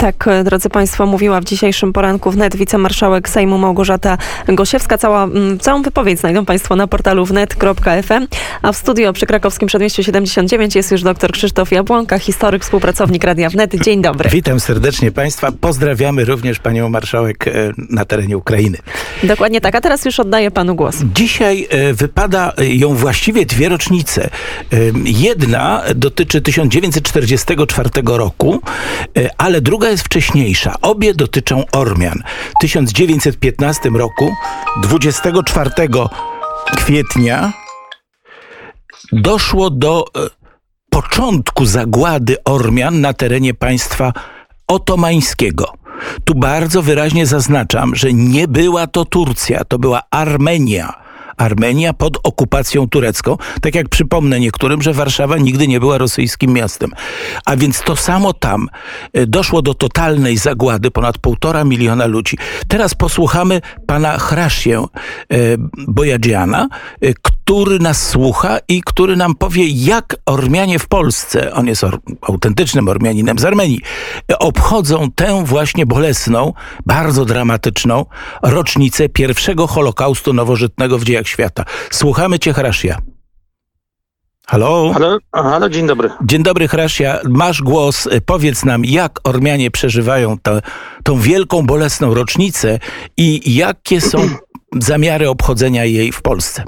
Tak, drodzy Państwo, mówiła w dzisiejszym poranku wnet wicemarszałek Sejmu Małgorzata Gosiewska. Całą wypowiedź znajdą Państwo na portalu wnet.fm. A w studio przy Krakowskim Przedmieściu 79 jest już dr Krzysztof Jabłonka, historyk, współpracownik Radia Wnet. Dzień dobry. Witam serdecznie Państwa. Pozdrawiamy również panią marszałek na terenie Ukrainy. Dokładnie tak, a teraz już oddaję panu głos. Dzisiaj wypada ją właściwie dwie rocznice. Jedna dotyczy 1944 roku, ale druga jest wcześniejsza. Obie dotyczą Ormian. W 1915 roku, 24 kwietnia, doszło do początku zagłady Ormian na terenie państwa otomańskiego. Tu bardzo wyraźnie zaznaczam, że nie była to Turcja, to była Armenia. Armenia pod okupacją turecką. Tak jak przypomnę niektórym, że Warszawa nigdy nie była rosyjskim miastem. A więc to samo tam doszło do totalnej zagłady, ponad 1,5 miliona ludzi. Teraz posłuchamy pana Hrasję Bojadziana, który nas słucha i który nam powie, jak Ormianie w Polsce, on jest autentycznym Ormianinem z Armenii, obchodzą tę właśnie bolesną, bardzo dramatyczną rocznicę pierwszego Holokaustu nowożytnego w dziejach świata. Słuchamy cię, Hrasja. Halo? Halo, dzień dobry. Dzień dobry, Hrasja. Masz głos. Powiedz nam, jak Ormianie przeżywają tą wielką, bolesną rocznicę i jakie są zamiary obchodzenia jej w Polsce.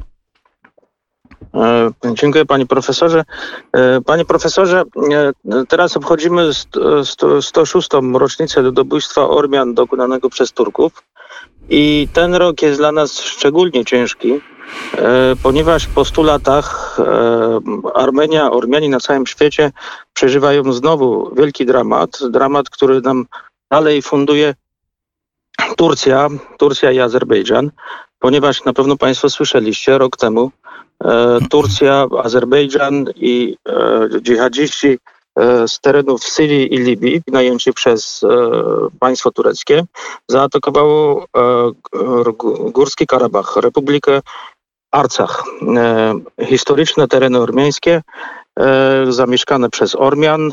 Dziękuję, panie profesorze. Panie profesorze, teraz obchodzimy 106. rocznicę ludobójstwa Ormian dokonanego przez Turków i ten rok jest dla nas szczególnie ciężki, ponieważ po 100 latach Ormianie na całym świecie przeżywają znowu wielki dramat, który nam dalej funduje Turcja i Azerbejdżan, ponieważ na pewno państwo słyszeliście, rok temu Turcja, Azerbejdżan i dżihadziści z terenów Syrii i Libii, najęci przez państwo tureckie, zaatakowało Górski Karabach, Republikę Arcach. Historyczne tereny ormiańskie, zamieszkane przez Ormian.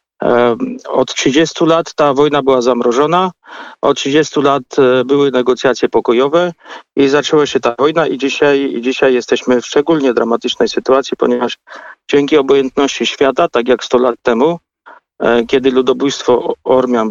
Od 30 lat ta wojna była zamrożona, od 30 lat były negocjacje pokojowe i zaczęła się ta wojna i dzisiaj jesteśmy w szczególnie dramatycznej sytuacji, ponieważ dzięki obojętności świata, tak jak 100 lat temu, kiedy ludobójstwo Ormian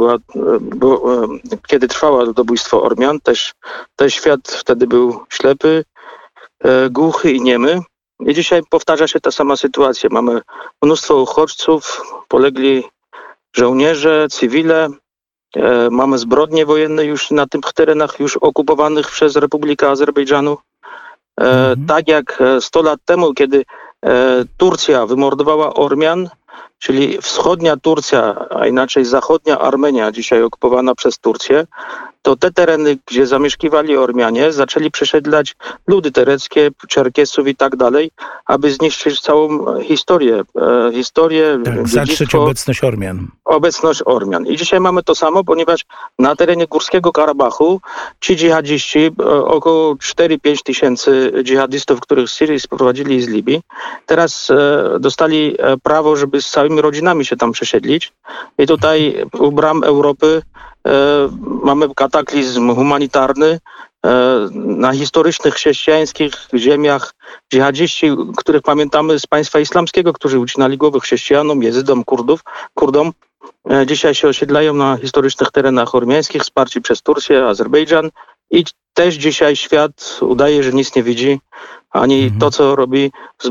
kiedy trwało ludobójstwo Ormian, też świat wtedy był ślepy, głuchy i niemy. I dzisiaj powtarza się ta sama sytuacja. Mamy mnóstwo uchodźców, polegli żołnierze, cywile. Mamy zbrodnie wojenne już na tych terenach już okupowanych przez Republikę Azerbejdżanu. Tak jak 100 lat temu, kiedy Turcja wymordowała Ormian, czyli wschodnia Turcja, a inaczej zachodnia Armenia, dzisiaj okupowana przez Turcję, to te tereny, gdzie zamieszkiwali Ormianie, zaczęli przesiedlać ludy tureckie, Czerkesów i tak dalej, aby zniszczyć całą historię. Tak, zatrzeć obecność Ormian. I dzisiaj mamy to samo, ponieważ na terenie Górskiego Karabachu ci dżihadziści, około 4-5 tysięcy dżihadystów, których z Syrii sprowadzili z Libii, teraz dostali prawo, żeby z całymi rodzinami się tam przesiedlić. I tutaj u bram Europy mamy kataklizm humanitarny. Na historycznych chrześcijańskich ziemiach dżihadziści, których pamiętamy z państwa islamskiego, którzy ucinali głowy chrześcijanom, jezydom, Kurdom, dzisiaj się osiedlają na historycznych terenach ormiańskich, wsparci przez Turcję, Azerbejdżan i też dzisiaj świat udaje, że nic nie widzi, ani to, co robi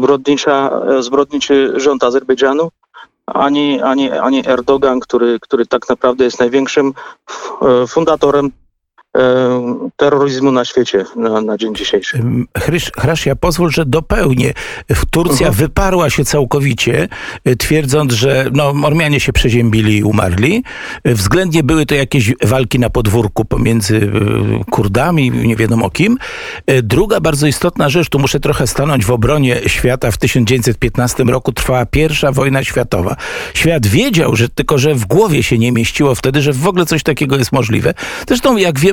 zbrodniczy rząd Azerbejdżanu, ani Erdogan, który tak naprawdę jest największym fundatorem terroryzmu na świecie na dzień dzisiejszy. Hrasja, pozwól, że dopełnię. Turcja wyparła się całkowicie, twierdząc, że Ormianie się przeziębili i umarli. Względnie były to jakieś walki na podwórku pomiędzy Kurdami, nie wiadomo kim. Druga bardzo istotna rzecz, tu muszę trochę stanąć w obronie świata. W 1915 roku trwała I wojna światowa. Świat wiedział, że w głowie się nie mieściło wtedy, że w ogóle coś takiego jest możliwe. Zresztą, jak wiemy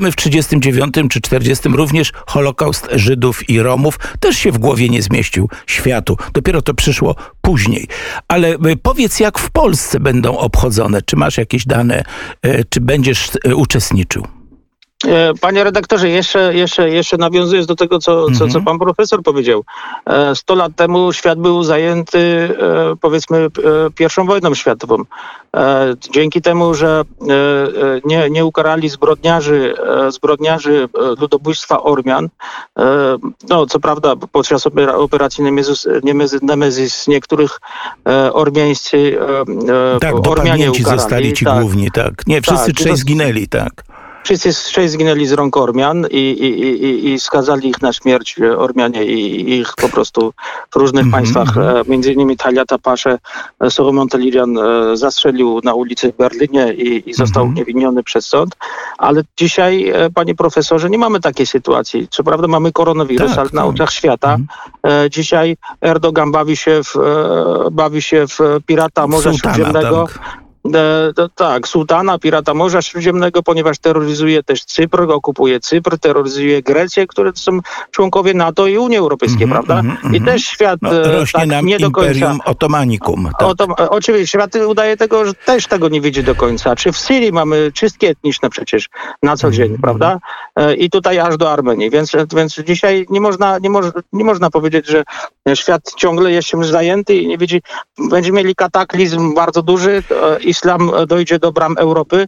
mamy w 39 czy 40 również Holokaust Żydów i Romów. Też się w głowie nie zmieścił światu. Dopiero to przyszło później. Ale powiedz, jak w Polsce będą obchodzone? Czy masz jakieś dane? Czy będziesz uczestniczył? Panie redaktorze, jeszcze nawiązując do tego, co pan profesor powiedział. 100 lat temu świat był zajęty, powiedzmy, I wojną światową. Dzięki temu, że nie ukarali zbrodniarzy ludobójstwa Ormian, no co prawda podczas operacji Nemezis niektórych ormiańscy Ormianie ukarali. Zostali ci główni, tak. Nie, wszyscy trzej zginęli, tak. Wszyscy 6 zginęli z rąk Ormian i skazali ich na śmierć Ormianie i ich po prostu w różnych państwach, między innymi Taliata Pasze, Solomon Telirian zastrzelił na ulicy w Berlinie i został uniewinniony przez sąd. Ale dzisiaj, panie profesorze, nie mamy takiej sytuacji. Co prawda mamy koronawirus, ale na oczach świata dzisiaj Erdogan bawi się w pirata Morza Śródziemnego. Sułtana, pirata Morza Śródziemnego, ponieważ terroryzuje też Cypr, okupuje Cypr, terroryzuje Grecję, które są członkowie NATO i Unii Europejskiej, prawda? I też świat rośnie nam nie do końca. Imperium Otomanikum. Tak. Oczywiście, świat udaje tego, że też tego nie widzi do końca. Czy w Syrii mamy czystki etniczne przecież na co dzień, prawda? I tutaj aż do Armenii. Więc dzisiaj nie można powiedzieć, że świat ciągle jest czymś zajęty i nie widzi. Będziemy mieli kataklizm bardzo duży. Islam dojdzie do bram Europy.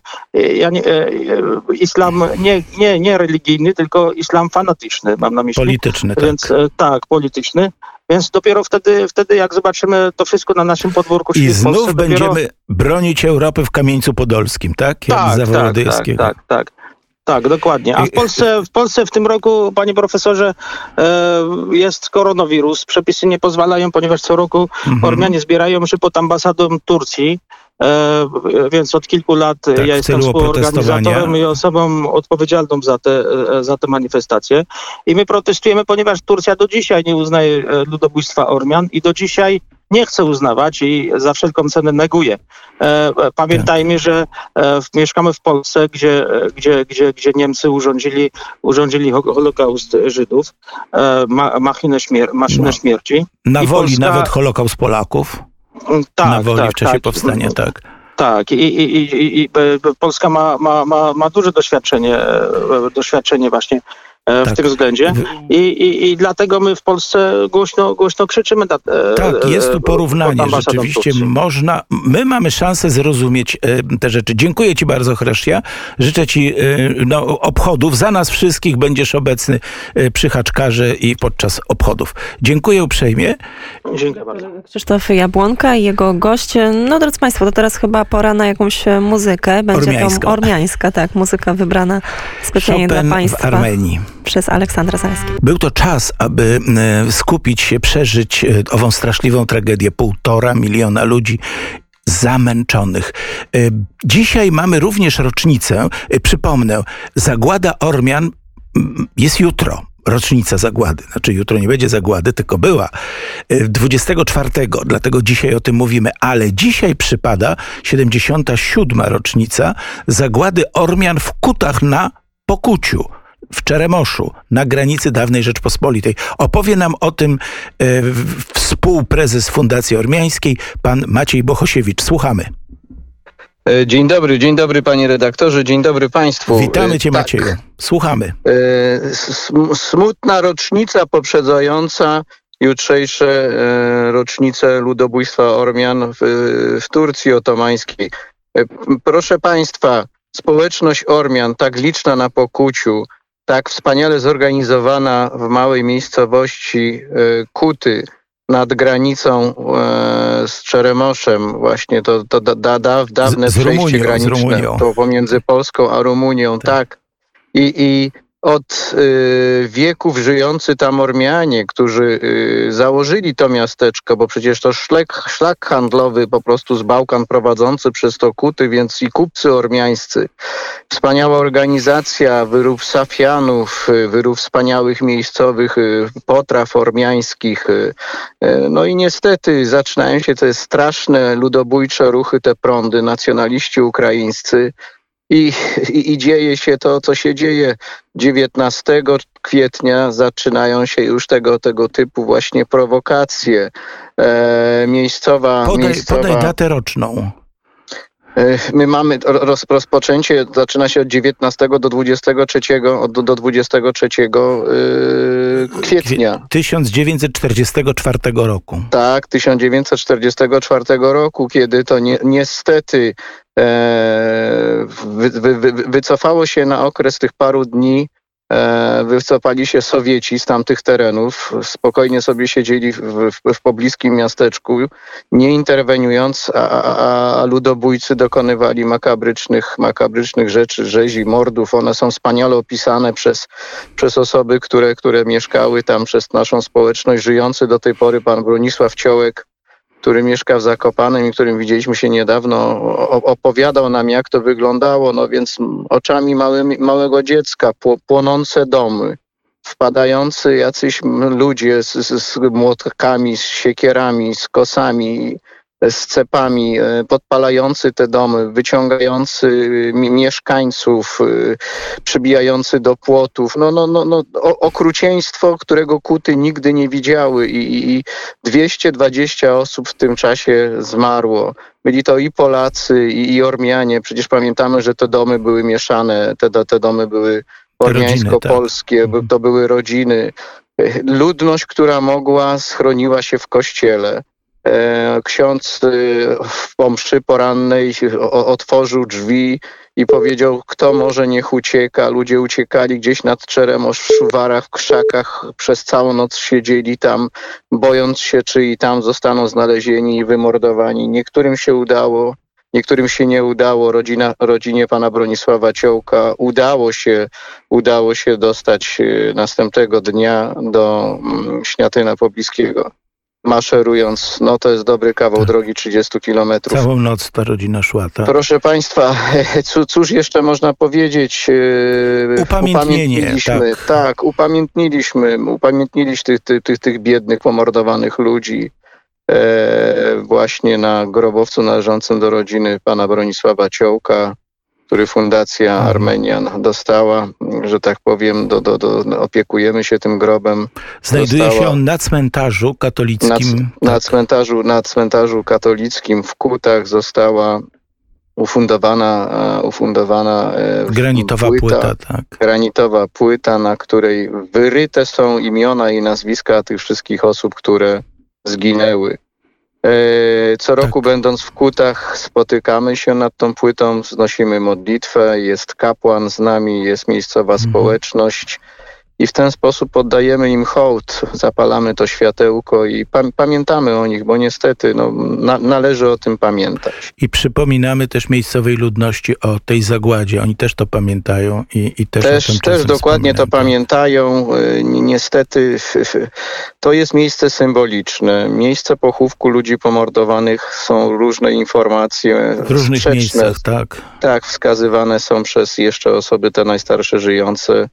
Islam nie religijny, tylko islam fanatyczny, mam na myśli. Polityczny, tak. Więc polityczny. Więc dopiero wtedy, jak zobaczymy to wszystko na naszym podwórku. I znów będziemy bronić Europy w Kamieńcu Podolskim, tak? Jak za Wołodyjskiego. Tak, dokładnie. A w Polsce w tym roku, panie profesorze, jest koronawirus. Przepisy nie pozwalają, ponieważ co roku Ormianie zbierają się pod ambasadą Turcji. Więc od kilku lat ja jestem współorganizatorem i osobą odpowiedzialną za te manifestacje. I my protestujemy, ponieważ Turcja do dzisiaj nie uznaje ludobójstwa Ormian i do dzisiaj nie chce uznawać i za wszelką cenę neguje. Pamiętajmy, że mieszkamy w Polsce, gdzie Niemcy urządzili Holokaust Żydów, maszynę śmierci. Na woli nawet Holokaust Polaków. Na woli w czasie powstania, tak. Tak, i Polska ma duże doświadczenie właśnie w tym względzie i dlatego my w Polsce głośno krzyczymy. Tak, jest tu porównanie. Rzeczywiście my mamy szansę zrozumieć te rzeczy. Dziękuję ci bardzo, Chresztia. Życzę ci obchodów. Za nas wszystkich będziesz obecny przy Haczkarze i podczas obchodów. Dziękuję uprzejmie. Dziękuję bardzo. Krzysztof Jabłonka i jego gość. No drodzy państwo, to teraz chyba pora na jakąś muzykę. Będzie to ormiańska, tak, muzyka wybrana specjalnie Chopin dla państwa. w Armenii. Przez Aleksandra Zaleskiego. Był to czas, aby skupić się, przeżyć ową straszliwą tragedię. 1,5 miliona ludzi zamęczonych. Dzisiaj mamy również rocznicę. Przypomnę, zagłada Ormian jest jutro. Rocznica zagłady. Znaczy jutro nie będzie zagłady, tylko była 24, dlatego dzisiaj o tym mówimy, ale dzisiaj przypada 77. rocznica zagłady Ormian w Kutach na Pokuciu, w Czeremoszu, na granicy dawnej Rzeczpospolitej. Opowie nam o tym współprezes Fundacji Ormiańskiej, pan Maciej Bohosiewicz. Słuchamy. Dzień dobry panie redaktorze, dzień dobry państwu. Witamy cię, Macieju. Słuchamy. Smutna rocznica poprzedzająca jutrzejsze rocznice ludobójstwa Ormian w Turcji otomańskiej. Proszę państwa, społeczność Ormian, tak liczna na Pokuciu, tak wspaniale zorganizowana w małej miejscowości Kuty nad granicą z Czeremoszem, właśnie to dawne przejście graniczne, to pomiędzy Polską a Rumunią, tak. I od wieków żyjący tam Ormianie, którzy założyli to miasteczko, bo przecież to szlak handlowy po prostu z Bałkan prowadzący przez to Kuty, więc i kupcy ormiańscy. Wspaniała organizacja, wyrób safianów, wyrób wspaniałych miejscowych potraw ormiańskich. No i niestety zaczynają się te straszne ludobójcze ruchy, te prądy, nacjonaliści ukraińscy. I dzieje się to, co się dzieje. 19 kwietnia zaczynają się już tego typu właśnie prowokacje. Podaj datę roczną. My mamy rozpoczęcie, zaczyna się od 19 do 23, do 23 kwietnia. 1944 roku. Tak, 1944 roku, kiedy to niestety wycofało się na okres tych paru dni, wycofali się Sowieci z tamtych terenów, spokojnie sobie siedzieli w pobliskim miasteczku, nie interweniując, a ludobójcy dokonywali makabrycznych rzeczy, rzezi, mordów. One są wspaniale opisane przez osoby, które mieszkały tam, przez naszą społeczność. Żyjący do tej pory pan Bronisław Ciołek, który mieszka w Zakopanem i którym widzieliśmy się niedawno, opowiadał nam, jak to wyglądało, no więc oczami małego dziecka, płonące domy, wpadający jacyś ludzie z młotkami, z siekierami, z kosami, z cepami, podpalający te domy, wyciągający mieszkańców, przybijający do płotów. Okrucieństwo, którego Kuty nigdy nie widziały i 220 osób w tym czasie zmarło. Byli to i Polacy, i Ormianie. Przecież pamiętamy, że te domy były mieszane, te domy były ormiańsko-polskie, tak. To były rodziny. Ludność, która mogła, schroniła się w kościele. Ksiądz po mszy porannej otworzył drzwi i powiedział, kto może, niech ucieka. Ludzie uciekali gdzieś nad Czerem, w szuwarach, w krzakach, przez całą noc siedzieli tam, bojąc się, czy i tam zostaną znalezieni i wymordowani. Niektórym się udało, niektórym się nie udało. Rodzinie pana Bronisława Ciołka udało się dostać następnego dnia do Śniatyna Pobliskiego. Maszerując, to jest dobry kawał drogi, 30 kilometrów. Całą noc ta rodzina szła, tak? Proszę państwa, cóż jeszcze można powiedzieć? Upamiętniliśmy. Tak, upamiętniliśmy tych biednych, pomordowanych ludzi właśnie na grobowcu należącym do rodziny pana Bronisława Ciołka, który Fundacja Armenian dostała, że tak powiem, opiekujemy się tym grobem. Znajduje się on na cmentarzu katolickim. Na cmentarzu katolickim w Kutach została ufundowana granitowa płyta, tak. Granitowa płyta, na której wyryte są imiona i nazwiska tych wszystkich osób, które zginęły. Co roku będąc w Kutach spotykamy się nad tą płytą, wznosimy modlitwę, jest kapłan z nami, jest miejscowa społeczność i w ten sposób oddajemy im hołd, zapalamy to światełko i pamiętamy o nich, bo niestety należy o tym pamiętać. I przypominamy też miejscowej ludności o tej zagładzie. Oni też to pamiętają i też dokładnie to pamiętają. Niestety to jest miejsce symboliczne. Miejsce pochówku ludzi pomordowanych, są różne informacje w różnych miejscach, tak. Tak, wskazywane są przez jeszcze osoby te najstarsze żyjące.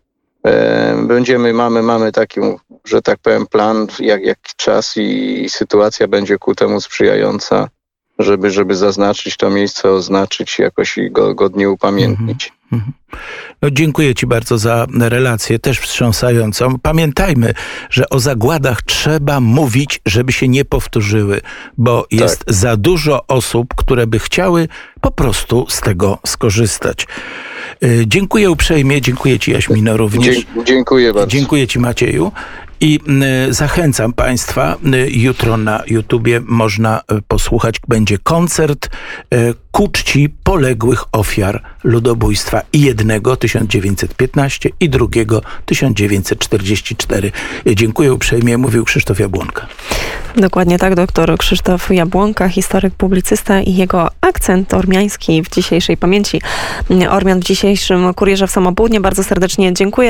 Mamy taki, że tak powiem, plan, jak czas i sytuacja będzie ku temu sprzyjająca, żeby zaznaczyć to miejsce, oznaczyć jakoś i go godnie upamiętnić. Dziękuję ci bardzo za relację, też wstrząsającą. Pamiętajmy, że o zagładach trzeba mówić, żeby się nie powtórzyły, bo jest za dużo osób, które by chciały po prostu z tego skorzystać. Dziękuję uprzejmie, dziękuję ci, Jaśmino, również. Dziękuję bardzo. Dziękuję ci, Macieju. I zachęcam państwa, jutro na YouTubie można posłuchać, będzie koncert ku czci poległych ofiar ludobójstwa i jednego 1915 i drugiego 1944. Dziękuję uprzejmie, mówił Krzysztof Jabłonka. Dokładnie tak, doktor Krzysztof Jabłonka, historyk, publicysta i jego akcent ormiański w dzisiejszej pamięci Ormian w dzisiejszym Kurierze w Samo Południe. Bardzo serdecznie dziękuję.